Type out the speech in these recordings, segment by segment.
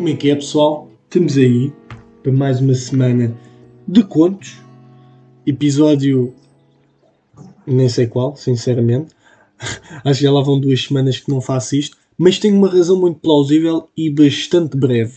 Como é que é, pessoal? Estamos aí para mais uma semana de contos. Episódio nem sei qual, sinceramente. Acho que já lá vão 2 semanas que não faço isto, mas tenho uma razão muito plausível e bastante breve.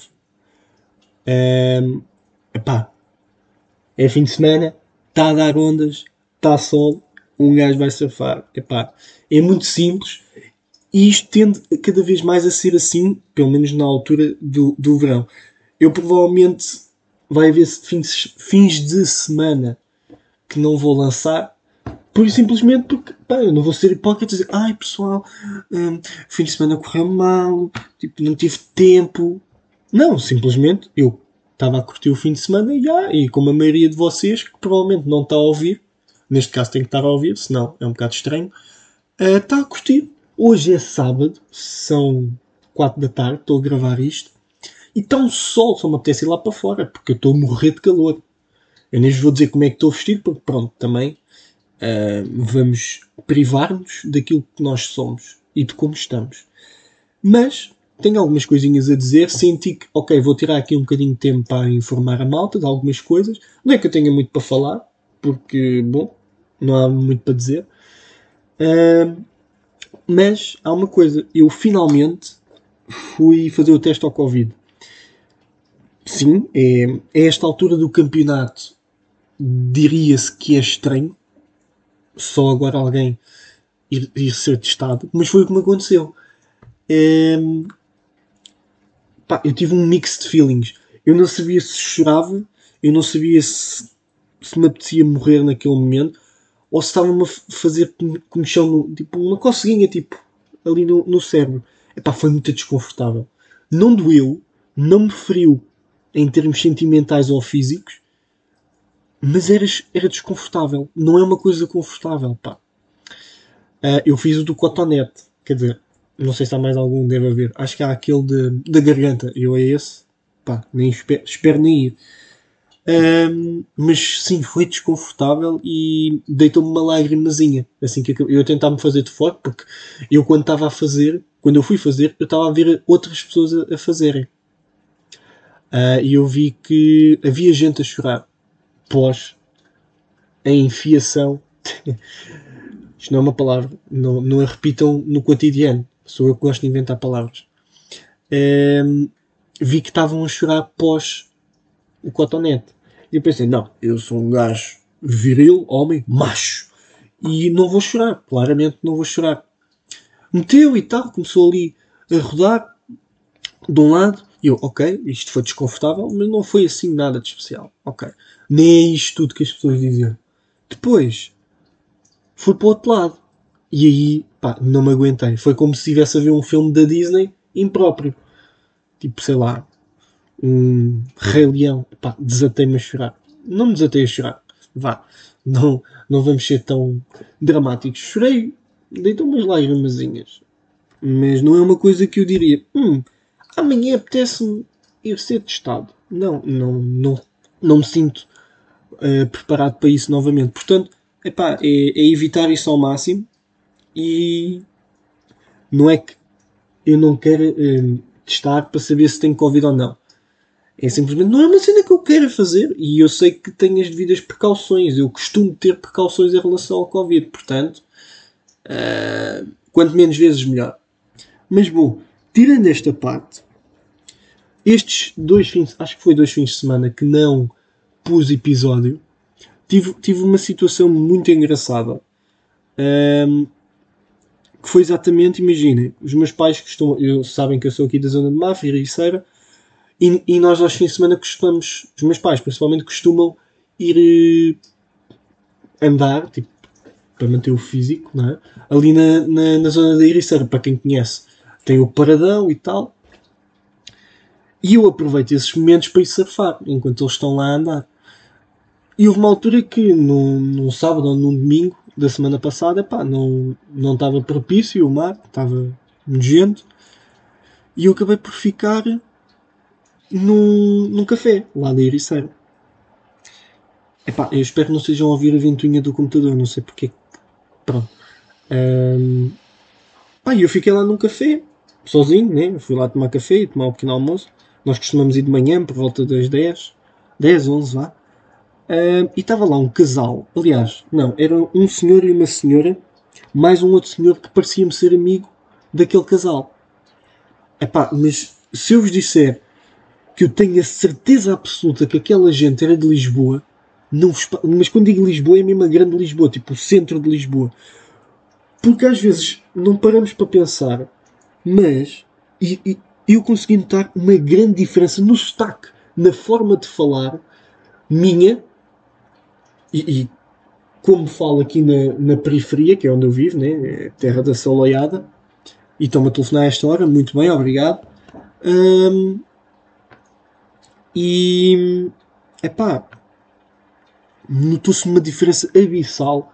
Epá, é fim de semana, está a dar ondas, está sol, um gajo vai surfar. Epá, é muito simples e isto tende cada vez mais a ser assim, pelo menos na altura do verão. Eu provavelmente vai haver fins de semana que não vou lançar, por e simplesmente porque eu não vou ser hipócrita e dizer ai pessoal, fim de semana correu mal, tipo, não tive tempo. Não, simplesmente eu estava a curtir o fim de semana e como a maioria de vocês, que provavelmente não está a ouvir, neste caso tem que estar a ouvir, senão é um bocado estranho, está a curtir. Hoje é sábado, são 4 da tarde, estou a gravar isto, e está um sol, só me apetece ir lá para fora, porque eu estou a morrer de calor. Eu nem vos vou dizer como é que estou vestido, porque pronto, também vamos privar-nos daquilo que nós somos e de como estamos. Mas tenho algumas coisinhas a dizer, senti que, ok, vou tirar aqui um bocadinho de tempo para informar a malta de algumas coisas. Não é que eu tenha muito para falar, porque, bom, não há muito para dizer. Mas há uma coisa, eu finalmente fui fazer o teste ao Covid. Sim, é esta altura do campeonato, diria-se que é estranho, só agora alguém ir ser testado, mas foi o que me aconteceu. Eu tive um mix de feelings. Eu não sabia se chorava, eu não sabia se me apetecia morrer naquele momento, ou se estava-me a fazer comichão, tipo uma coceguinha, tipo, ali no cérebro. Foi muito desconfortável. Não doeu, não me feriu em termos sentimentais ou físicos, mas era desconfortável. Não é uma coisa confortável, pá. Eu fiz o do Cotonete, quer dizer, não sei se há mais algum, deve haver. Acho que há aquele da garganta. Eu é esse, pá, nem espero nem ir. Mas sim, foi desconfortável e deitou-me uma lagrimazinha. Assim que eu tentar-me fazer de fora, porque eu quando eu fui fazer, eu estava a ver outras pessoas a fazerem. E eu vi que havia gente a chorar pós a enfiação. Isto não é uma palavra, não a repitam no cotidiano. Sou eu que gosto de inventar palavras. Vi que estavam a chorar pós o cotonete. E eu pensei, não, eu sou um gajo viril, homem, macho. E não vou chorar, claramente não vou chorar. Meteu e tal, começou ali a rodar de um lado. E eu, ok, isto foi desconfortável, mas não foi assim nada de especial. Ok. Nem é isto tudo que as pessoas diziam. Depois, fui para o outro lado. E aí, pá, não me aguentei. Foi como se estivesse a ver um filme da Disney impróprio. Tipo, sei lá, um Rei Leão. Pá, desatei-me a chorar. Não me desatei a chorar. Vá, não vamos ser tão dramáticos. Chorei, deitou umas lágrimazinhas. Mas não é uma coisa que eu diria, amanhã apetece-me ir ser testado. Não me sinto preparado para isso novamente. Portanto, é evitar isso ao máximo. E não é que eu não quero testar para saber se tenho Covid ou não. É simplesmente, não é uma cena que eu quero fazer e eu sei que tenho as devidas precauções. Eu costumo ter precauções em relação ao Covid, portanto, quanto menos vezes melhor. Mas bom, tirando esta parte, estes 2 fins, acho que foi 2 fins de semana que não pus episódio, tive uma situação muito engraçada. Que foi exatamente, imaginem, os meus pais sabem que eu sou aqui da zona de Mafra, Ericeira, e nós aos fins de semana costumamos, os meus pais principalmente costumam ir andar, tipo, para manter o físico, não é? Ali na zona da Ericeira, para quem conhece, tem o Paradão e tal, e eu aproveito esses momentos para ir surfar, enquanto eles estão lá a andar. E houve uma altura que, num sábado ou num domingo da semana passada, não estava propício o mar, estava nojento, e eu acabei por ficar num café, lá da Ericeira. Eu espero que não estejam a ouvir a ventoinha do computador, não sei porque. Pronto. E eu fiquei lá num café, sozinho, né? Fui lá tomar café e tomar um pequeno almoço. Nós costumamos ir de manhã, por volta das 10, 11, vá. E estava lá um casal. Aliás, não, era um senhor e uma senhora, mais um outro senhor que parecia-me ser amigo daquele casal. Epá, mas se eu vos disser que eu tenho a certeza absoluta que aquela gente era de Lisboa, não vos, mas quando digo Lisboa é mesmo a grande Lisboa, tipo o centro de Lisboa. Porque às vezes não paramos para pensar, mas eu consegui notar uma grande diferença no sotaque, na forma de falar, minha, e como falo aqui na periferia, que é onde eu vivo, né? Terra da Salaiada, e estão-me a telefonar a esta hora, muito bem, obrigado. E epá, notou-se uma diferença abissal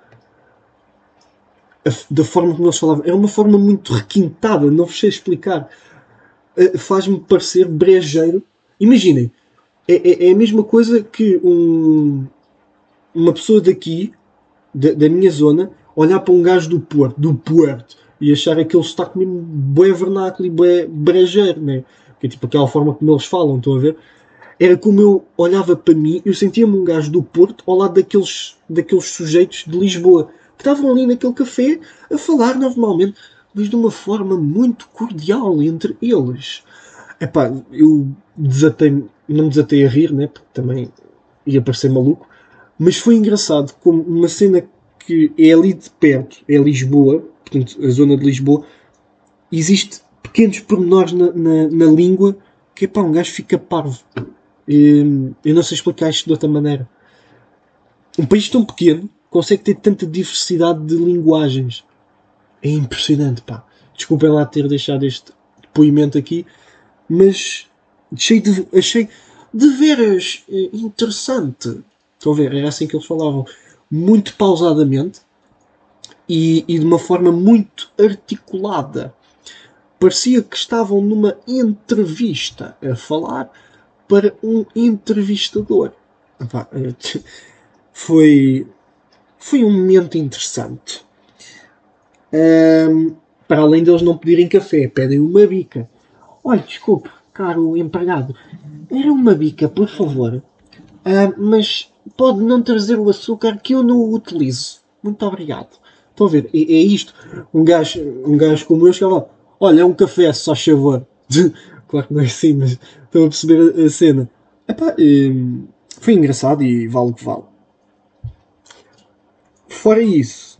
da forma como eles falavam. Era uma forma muito requintada, não vos sei explicar. Faz-me parecer brejeiro. Imaginem, é a mesma coisa que uma pessoa daqui, da minha zona, olhar para um gajo do Porto, e achar aquele sotaque mesmo bué vernáculo e bué brejeiro, né? Que é tipo aquela forma como eles falam, estão a ver? Era como eu olhava para mim, eu sentia-me um gajo do Porto ao lado daqueles sujeitos de Lisboa, que estavam ali naquele café a falar normalmente, mas de uma forma muito cordial entre eles. Epá, eu não me desatei a rir, né? Porque também ia parecer maluco, mas foi engraçado como uma cena que é ali de perto, é Lisboa, portanto, a zona de Lisboa, existe pequenos pormenores na língua que, pá, um gajo fica parvo. Eu não sei explicar isto de outra maneira. Um país tão pequeno consegue ter tanta diversidade de linguagens. É impressionante, pá. Desculpem lá ter deixado este depoimento aqui, mas achei de veras interessante. Estão a ver? Era assim que eles falavam. Muito pausadamente e de uma forma muito articulada. Parecia que estavam numa entrevista a falar para um entrevistador. Epá, foi, foi um momento interessante. Para além deles não pedirem café, pedem uma bica. Olha, desculpe, caro empregado, era uma bica, por favor. Mas pode não trazer o açúcar que eu não o utilizo. Muito obrigado. Estão a ver? É isto. Um gajo como eu chegava lá. Olha, é um café, só favor. Claro que não é assim, mas estão a perceber a cena. Epá, foi engraçado e vale o que vale. Fora isso,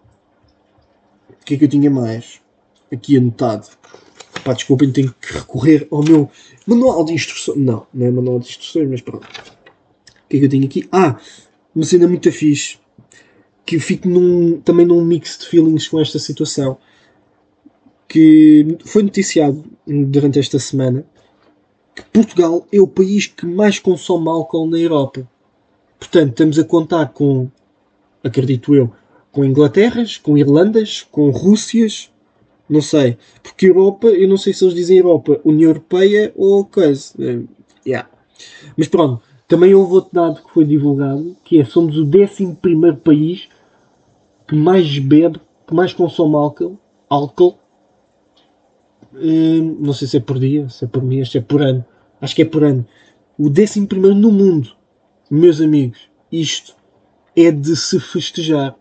o que é que eu tinha mais aqui anotado? Pá, desculpem, tenho que recorrer ao meu manual de instruções. Não, não é manual de instruções, mas pronto. O que é que eu tenho aqui? Uma cena muito fixe. Que eu fico também num mix de feelings com esta situação. Que foi noticiado durante esta semana que Portugal é o país que mais consome álcool na Europa. Portanto, estamos a contar com, acredito eu, com Inglaterras, com Irlandas, com Rússias, não sei. Porque Europa, eu não sei se eles dizem Europa, União Europeia ou coisa. Yeah. Mas pronto, também houve outro dado que foi divulgado, que é somos o 11º país que mais bebe, que mais consome álcool. Não sei se é por dia, se é por mês, se é por ano. Acho que é por ano. O 11º no mundo, meus amigos. Isto é de se festejar.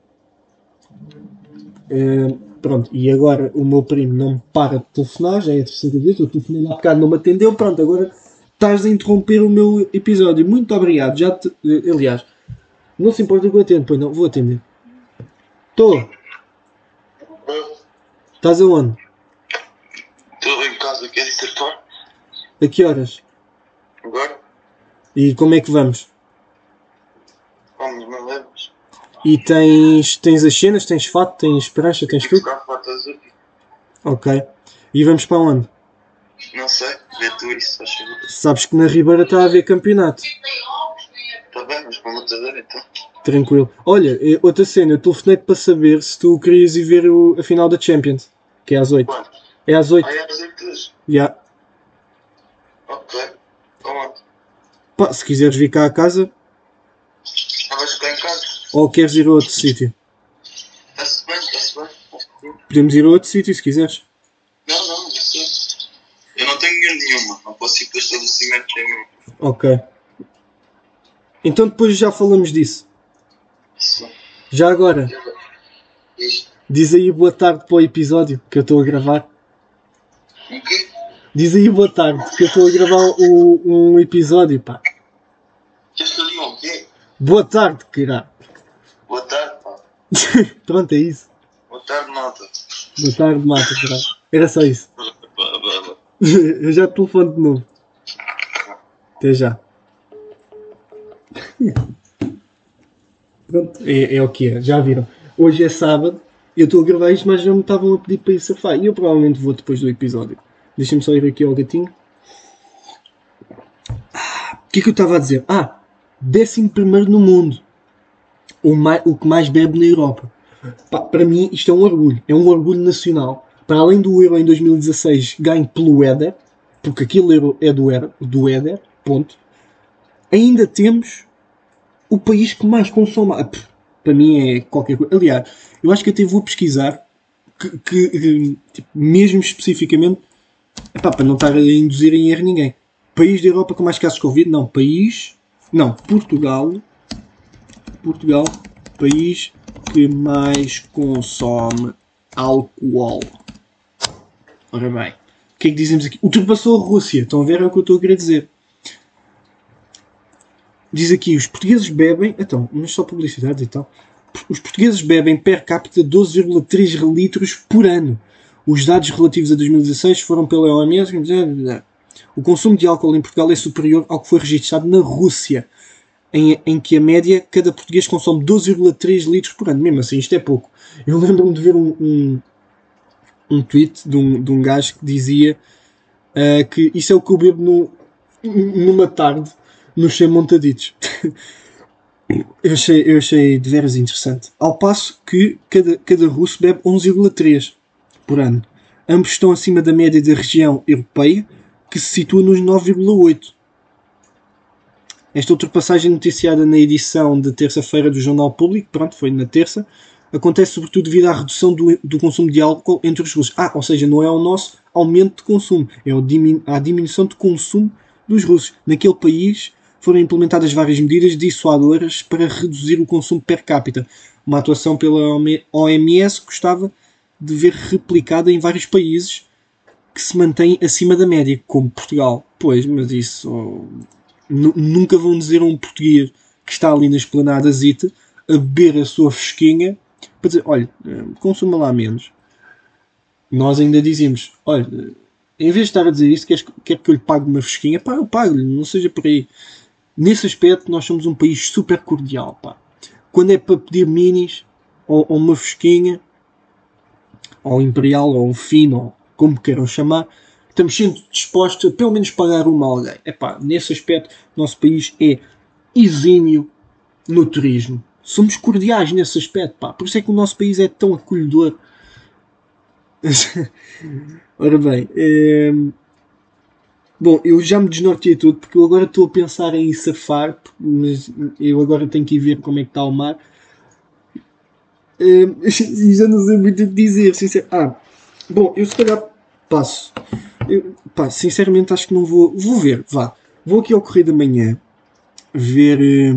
Pronto, e agora o meu primo não me para de telefonar, já é a terceira vez, eu telefonei há bocado, não me atendeu, pronto, agora estás a interromper o meu episódio. Muito obrigado, aliás, não se importa que eu atendo, pois não, vou atender. Estou. Estás aonde? Estou em casa, queres ir fora? A que horas? Agora? E como é que vamos? Vamos, não levas? E tens as cenas, tens fato, tens prancha, tens tudo? Fato azul. Ok. E vamos para onde? Não sei, vê tu isso, acho que. Sabes que na Ribeira está a haver campeonato. Está bem, mas vamos dizer então. Tranquilo. Olha, outra cena, eu telefonei-te para saber se tu querias ir ver a final da Champions, que é às 8. Quando? É às 8. É às 8. Yeah. Ok. Onde? Pá, se quiseres vir cá a casa, Vais ficar em casa? ou queres ir a outro sítio? Está-se bem. Podemos ir a outro sítio se quiseres. Não, eu sei. Eu não tenho nenhuma. Não posso ir para o estabelecimento nenhum. Ok. Então depois já falamos disso. Já agora, Isto. diz aí boa tarde para o episódio que eu estou a gravar. O quê? Diz aí boa tarde que eu estou a gravar um episódio, pá. Queres que eu diga o quê? Boa tarde, caralho. Boa tarde, pá. Pronto, é isso. Boa tarde, malta. Boa tarde, mata, caralho. Era só isso. Eu já te telefono de novo. Até já. Pronto, é o que é. Já viram. Hoje é sábado. Eu estou a gravar isto, mas já me estavam a pedir para ir surfar. E eu provavelmente vou depois do episódio. Deixa-me só ir aqui ao gatinho. O que é que eu estava a dizer? 11º no mundo. O que mais bebe na Europa. Pá, para mim isto é um orgulho. É um orgulho nacional. Para além do Euro em 2016 ganho pelo Éder, porque aquele Euro é do Éder, ponto. Ainda temos o país que mais consome. Para mim é qualquer coisa. Aliás, eu acho que até vou pesquisar que tipo, mesmo especificamente, para não estar a induzir em erro ninguém. País da Europa com mais casos de Covid? Não. Portugal. País que mais consome álcool. Ora bem. O que é que dizemos aqui? Ultrapassou a Rússia. Estão a ver o que eu estou a querer dizer. Diz aqui, os portugueses bebem... Então, mas só publicidades e tal. Os portugueses bebem per capita 12,3 litros por ano. Os dados relativos a 2016 foram pela OMS. O consumo de álcool em Portugal é superior ao que foi registrado na Rússia, em que a média, cada português consome 12,3 litros por ano. Mesmo assim, isto é pouco. Eu lembro-me de ver um tweet de um gajo que dizia que isso é o que eu bebo numa tarde nos 100 montaditos. eu achei de veras interessante. Ao passo que cada russo bebe 11,3 por ano. Ambos estão acima da média da região europeia, que se situa nos 9,8. Esta ultrapassagem noticiada na edição de terça-feira do Jornal Público, pronto, foi na terça, acontece sobretudo devido à redução do consumo de álcool entre os russos. Ou seja, não é o nosso aumento de consumo, é a diminuição de consumo dos russos. Naquele país foram implementadas várias medidas dissuadoras para reduzir o consumo per capita. Uma atuação pela OMS gostava de ver replicada em vários países que se mantêm acima da média, como Portugal. Pois, mas isso... nunca vão dizer a um português que está ali na esplanada Zita a beber a sua fresquinha para dizer, olha, consuma lá menos. Nós ainda dizemos, olha, em vez de estar a dizer isso, quer que eu lhe pague uma fresquinha? Pá, eu pago-lhe, não seja por aí. Nesse aspecto, nós somos um país super cordial, pá. Quando é para pedir minis, ou uma fresquinha, ou imperial, ou um fino, ou como queiram chamar, estamos sempre dispostos a pelo menos pagar uma a alguém. Epá, nesse aspecto, o nosso país é exímio no turismo. Somos cordiais nesse aspecto, pá. Por isso é que o nosso país é tão acolhedor. Ora bem, bom, eu já me desnorteei tudo, porque eu agora estou a pensar em surfar, mas eu agora tenho que ir ver como é que está o mar. E já não sei muito o que dizer. Bom, eu se calhar passo. Sinceramente acho que não vou. Vou ver, vá. Vou aqui ao Correio da Manhã ver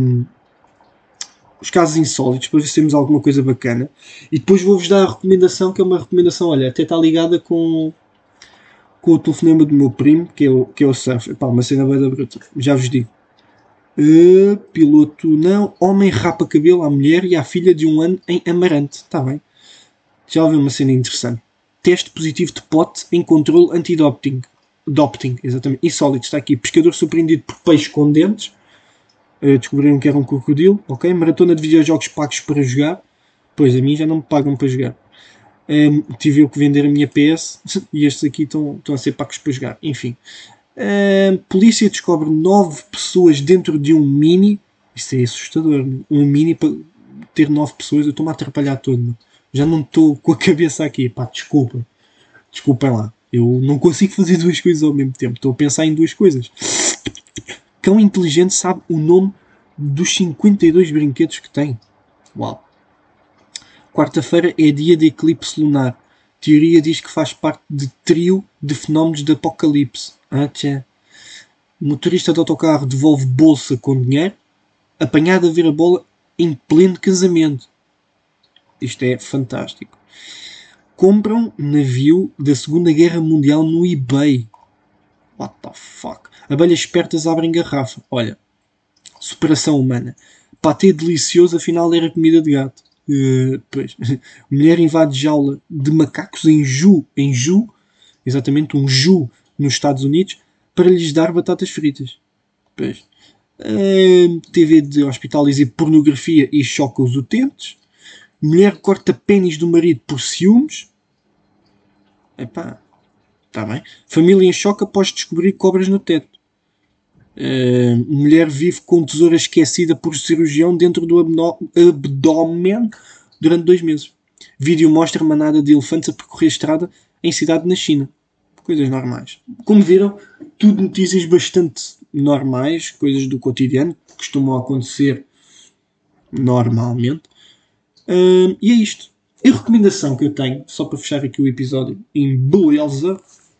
os casos insólitos para ver se temos alguma coisa bacana. E depois vou-vos dar a recomendação, que é uma recomendação, olha, até está ligada com o telefonema do meu primo, que é o surf. Epá, uma cena bem da bruta. Já vos digo. Piloto não. Homem rapa cabelo à mulher e à filha de 1 ano em Amarante. Está bem. Já ouvi uma cena interessante. Teste positivo de pote em controle anti-doping. Doping, exatamente. Insólito, está aqui. Pescador surpreendido por peixe com dentes. Descobriram que era um crocodilo. Ok. Maratona de videojogos pagos para jogar. Pois, a mim já não me pagam para jogar. Tive eu que vender a minha PS e estes aqui estão a ser pagos para jogar. Enfim. Polícia descobre 9 pessoas dentro de um Mini. Isto é assustador. Um Mini para ter 9 pessoas. Eu estou-me a atrapalhar todo. Mano. Já não estou com a cabeça aqui. Pá, desculpem lá. Eu não consigo fazer 2 coisas ao mesmo tempo. Estou a pensar em 2 coisas. Cão inteligente sabe o nome dos 52 brinquedos que tem. Uau. Quarta-feira é dia de eclipse lunar. Teoria diz que faz parte de trio de fenómenos de apocalipse. Motorista de autocarro devolve bolsa com dinheiro, apanhado a ver a bola em pleno casamento. Isto é fantástico. Compram navio da Segunda Guerra Mundial no eBay. What the fuck? Abelhas espertas abrem garrafa. Olha, superação humana. Patê delicioso, afinal era comida de gato. Pois. Mulher invade jaula de macacos em Ju, exatamente um Ju nos Estados Unidos, para lhes dar batatas fritas. Pois. TV de hospital exige pornografia e choca os utentes. Mulher corta pênis do marido por ciúmes. Epá, está bem. Família em choque após descobrir cobras no teto. Mulher vive com tesoura esquecida por cirurgião dentro do abdômen durante 2 meses. Vídeo mostra manada de elefantes a percorrer a estrada em cidade na China. Coisas normais. Como viram, tudo notícias bastante normais, coisas do cotidiano, que costumam acontecer normalmente. E é isto. A recomendação que eu tenho, só para fechar aqui o episódio em beleza,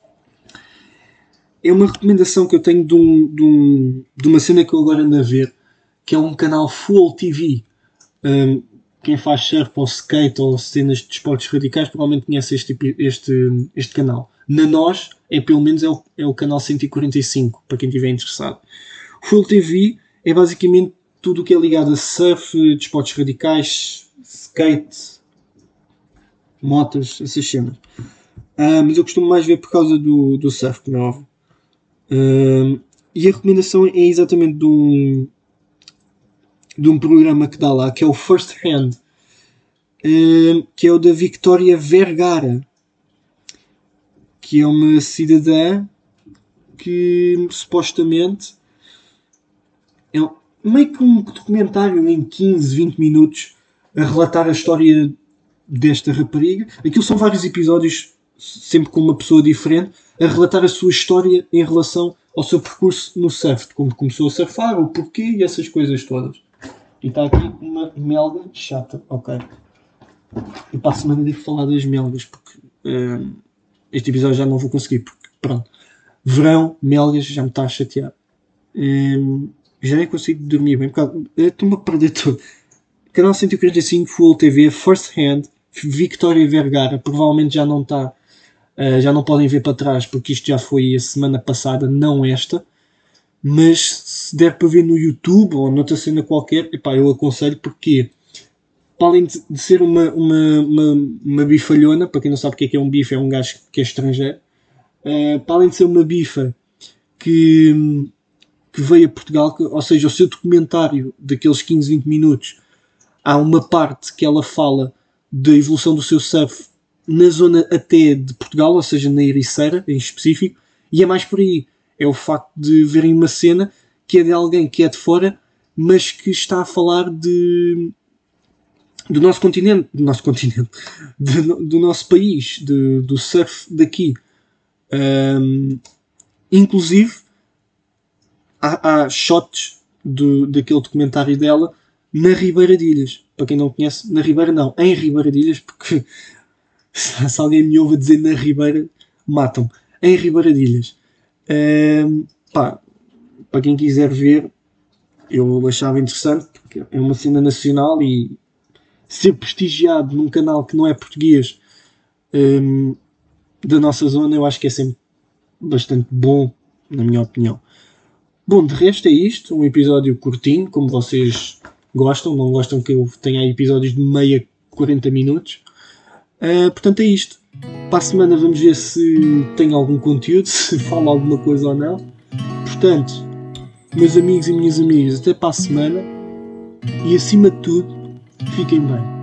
é uma recomendação que eu tenho de uma cena que eu agora ando a ver, que é um canal Full TV. Quem faz surf ou skate ou cenas de esportes radicais provavelmente conhece este canal. Na nós, pelo menos é o canal 145, para quem estiver interessado. Full TV é basicamente tudo o que é ligado a surf, de esportes radicais, skate, motos, essas cenas. Mas eu costumo mais ver por causa do surf, como é óbvio. E a recomendação é exatamente de um programa que dá lá, que é o First Hand, que é o da Victoria Vergara, que é uma cidadã que supostamente é meio que um documentário em 15, 20 minutos a relatar a história desta rapariga. Aquilo são vários episódios, sempre com uma pessoa diferente, a relatar a sua história em relação ao seu percurso no surf, de como começou a surfar, o porquê e essas coisas todas. E está aqui uma melga chata, ok. E para a semana devo falar das melgas, porque este episódio já não vou conseguir, porque pronto. Verão, melgas, já me está a chatear. Já nem consigo dormir bem, porque estou-me a perder tudo. Canal 145, Full TV, First Hand, Victoria Vergara, provavelmente já não está, já não podem ver para trás, porque isto já foi a semana passada, não esta. Mas se der para ver no YouTube ou noutra cena qualquer, eu aconselho, porque para além de ser uma bifalhona, para quem não sabe o que é um bife, é um gajo que é estrangeiro, para além de ser uma bifa que veio a Portugal, ou seja, o seu documentário daqueles 15, 20 minutos, há uma parte que ela fala da evolução do seu surf na zona até de Portugal, ou seja, na Ericeira em específico, e é mais por aí. É o facto de verem uma cena que é de alguém que é de fora, mas que está a falar do nosso continente, do nosso país, do surf daqui. Inclusive, há shots daquele documentário dela na Ribeira de Ilhas. Para quem não conhece, na Ribeira não, em Ribeira de Ilhas, porque se alguém me ouve dizer na Ribeira, matam-me. Em Ribeira de Ilhas. Para quem quiser ver, eu achava interessante, porque é uma cena nacional e ser prestigiado num canal que não é português, da nossa zona, eu acho que é sempre bastante bom, na minha opinião. Bom, de resto é isto, um episódio curtinho, como vocês gostam, não gostam que eu tenha episódios de meia, 40 minutos. Portanto é isto. Para a semana vamos ver se tem algum conteúdo, se falo alguma coisa ou não. Portanto, meus amigos e minhas amigas, até para a semana. E acima de tudo, fiquem bem.